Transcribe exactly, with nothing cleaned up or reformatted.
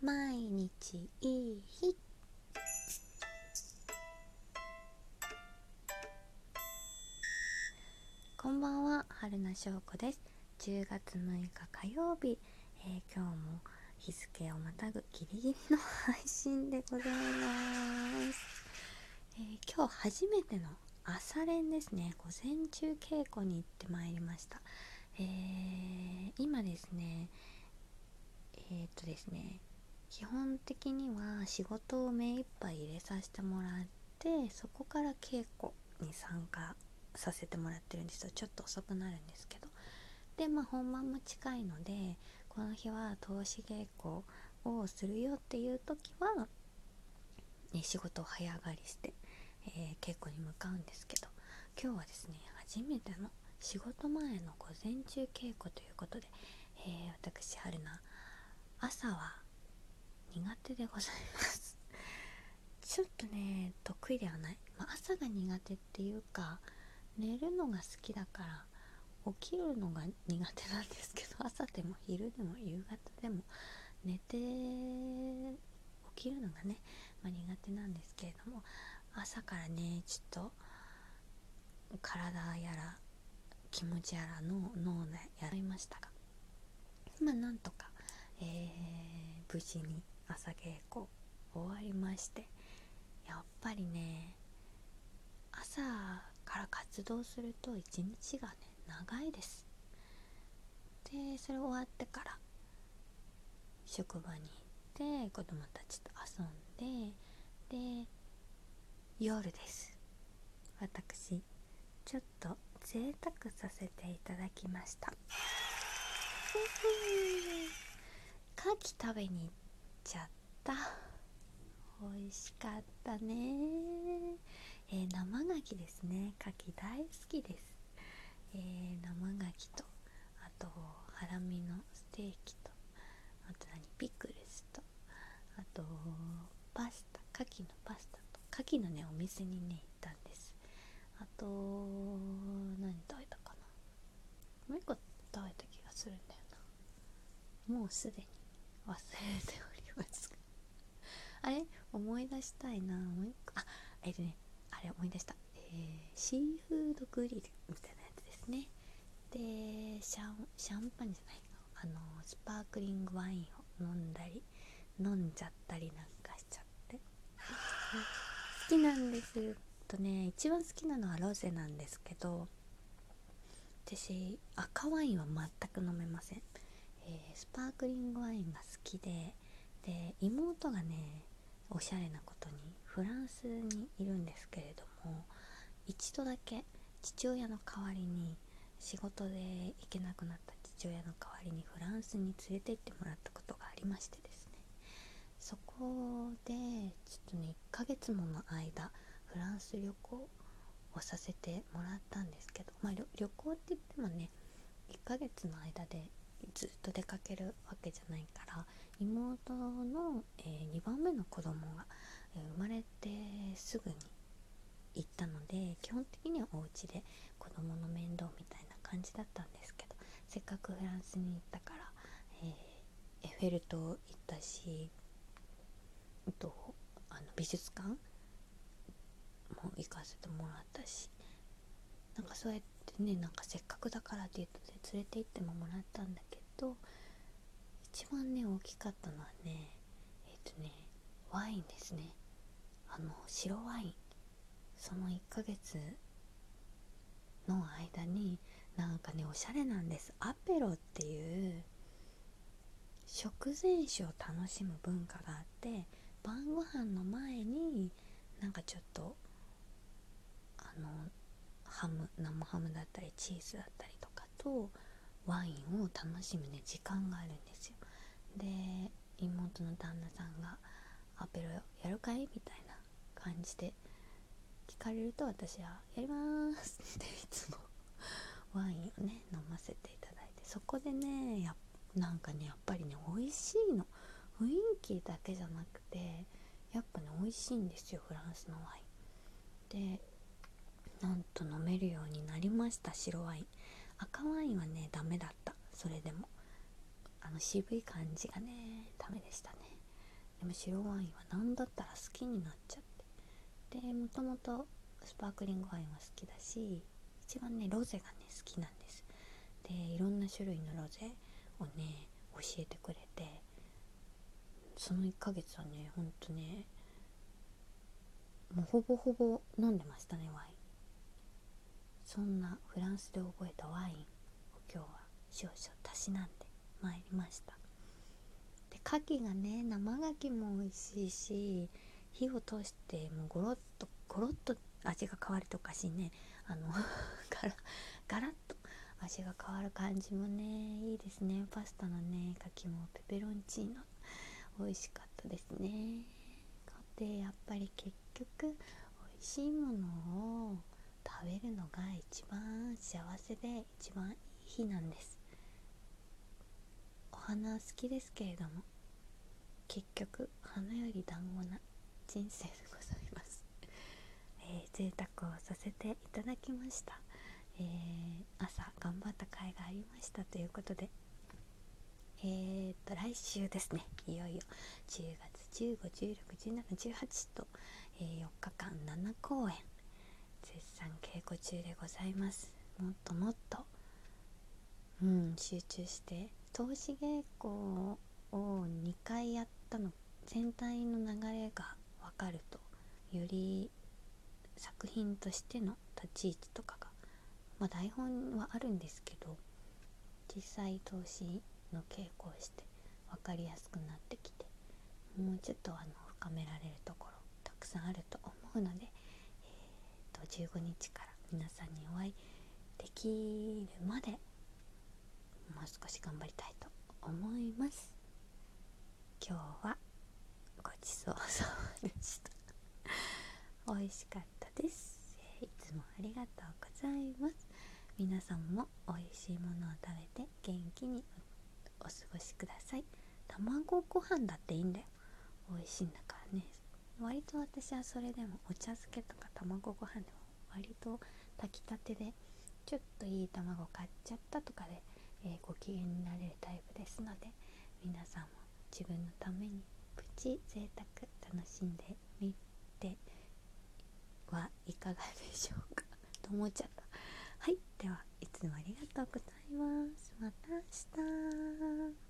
毎日いい日。こんばんは、春名翔子です。じゅうがつむいか火曜日、えー、今日も日付をまたぐギリギリの配信でございます。えー、今日初めての朝練ですね。午前中稽古に行ってまいりました。えー、今ですねえー、っとですね基本的には仕事を目いっぱい入れさせてもらって、そこから稽古に参加させてもらってるんですよ。ちょっと遅くなるんですけど、でまあ本番も近いので、この日は通し稽古をするよっていう時は、ね、仕事を早上がりして、えー、稽古に向かうんですけど、今日はですね初めての仕事前の午前中稽古ということで、えー、私春菜朝は苦手でございますちょっとね得意ではない、まあ、朝が苦手っていうか、寝るのが好きだから起きるのが苦手なんですけど、朝でも昼でも夕方でも寝て起きるのがね、まあ、苦手なんですけれども、朝からねちょっと体やら気持ちやらの脳でやりましたが、まあなんとか、えー、無事に朝稽古終わりまして、やっぱりね朝から活動すると一日がね長いです。でそれ終わってから職場に行って子供たちと遊んで、で夜です。私ちょっと贅沢させていただきました牡蠣食べに行っちゃった。美味しかったね。えー、生牡蠣ですね。牡蠣大好きです。えー、生牡蠣と、あとハラミのステーキと、あと何ピクルスと、あとパスタ、牡蠣のパスタと、牡蠣のねお店にね行ったんです。あと何食べたかな、もう一個食べた気がするんだよな。もうすでに忘れておりますあれ思い出したいな。もう一個、あ、えっとねあれ思い出した、えー、シーフードグリルみたいなやつですね。でシャン、シャンパンじゃないあのスパークリングワインを飲んだり飲んじゃったりなんかしちゃって好きなんですとね。一番好きなのはロゼなんですけど、私赤ワインは全く飲めません。えー、スパークリングワインが好きで、で妹がねおしゃれなことにフランスにいるんですけれども、一度だけ父親の代わりに、仕事で行けなくなった父親の代わりにフランスに連れて行ってもらったことがありましてですね、そこでちょっとねいっかげつもの間フランス旅行をさせてもらったんですけど、まあ、旅, 旅行って言ってもねいっかげつの間でずっと出かけるわけじゃないから、妹の、えー、にばんめの子供が、えー、生まれてすぐに行ったので、基本的にはお家で子供の面倒みたいな感じだったんですけど、せっかくフランスに行ったから、えー、エッフェル塔行ったし、あとあの美術館も行かせてもらったし、なんかそうやってね、なんかせっかくだからって言うとね連れて行ってももらったんだけど、一番ね大きかったのはねえっ、ー、とねワインですね。あの白ワイン、そのいっかげつの間になんかねおしゃれなんです。アペロっていう食前酒を楽しむ文化があって、晩ご飯の前になんかちょっとあのハム生ハムだったりチーズだったりとかとワインを楽しむね時間があるんですよ。で妹の旦那さんがアペロやるかいみたいな感じで聞かれると、私はやりますっていつもワインをね飲ませていただいて、そこでねやなんかねやっぱりね美味しいの。雰囲気だけじゃなくてやっぱね美味しいんですよ、フランスのワインで。なんと飲めるようになりました。白ワイン。赤ワインはねダメだった。それでもあの渋い感じがねダメでしたね。 でも白ワインは何だったら好きになっちゃって、でもともとスパークリングワインは好きだし、一番ねロゼがね好きなんです。でいろんな種類のロゼをね教えてくれて、そのいっかげつはねほんとねもうほぼほぼ飲んでましたね、ワイン。そんなフランスで覚えたワインを今日は少々たしなんで参りました。で牡蠣がね、生牡蠣も美味しいし、火を通してもうゴロッとゴロッと味が変わるとかしね、あのガラガラッと味が変わる感じもねいいですね。パスタのね牡蠣もペペロンチーノ美味しかったですね。でやっぱり結局美味しいものを食べるのが一番幸せで一番いい日なんです。お花好きですけれども、結局花より団子な人生でございます。えー、贅沢をさせていただきました。えー、朝頑張った甲斐がありましたということで、えーと来週ですね、いよいよじゅうがつじゅうご、じゅうろく、じゅうなな、じゅうはちと、えー、よっかかんななこうえん絶賛稽古中でございます。もっともっと、うん、集中して通し稽古をにかいやったの、全体の流れが分かるとより作品としての立ち位置とかが、まあ、台本はあるんですけど、実際通しの稽古をして分かりやすくなってきて、もうちょっとあの深められるところたくさんあると思うので、えー、とじゅうごにちから皆さんにお会いできるまでもう少し頑張りたいと思います。今日はごちそうさまでした。美味しかったです。いつもありがとうございます。皆さんも美味しいものを食べて元気にお過ごしください。卵ご飯だっていいんだよ、美味しいんだからね。割と私はそれでもお茶漬けとか卵ご飯でも割と炊きたてでちょっといい卵買っちゃったとかで、えー、ご機嫌になれるタイプですので、皆さんも自分のためにプチ贅沢楽しんでみてはいかがでしょうかと思っちゃった。はい、ではいつもありがとうございます。また明日。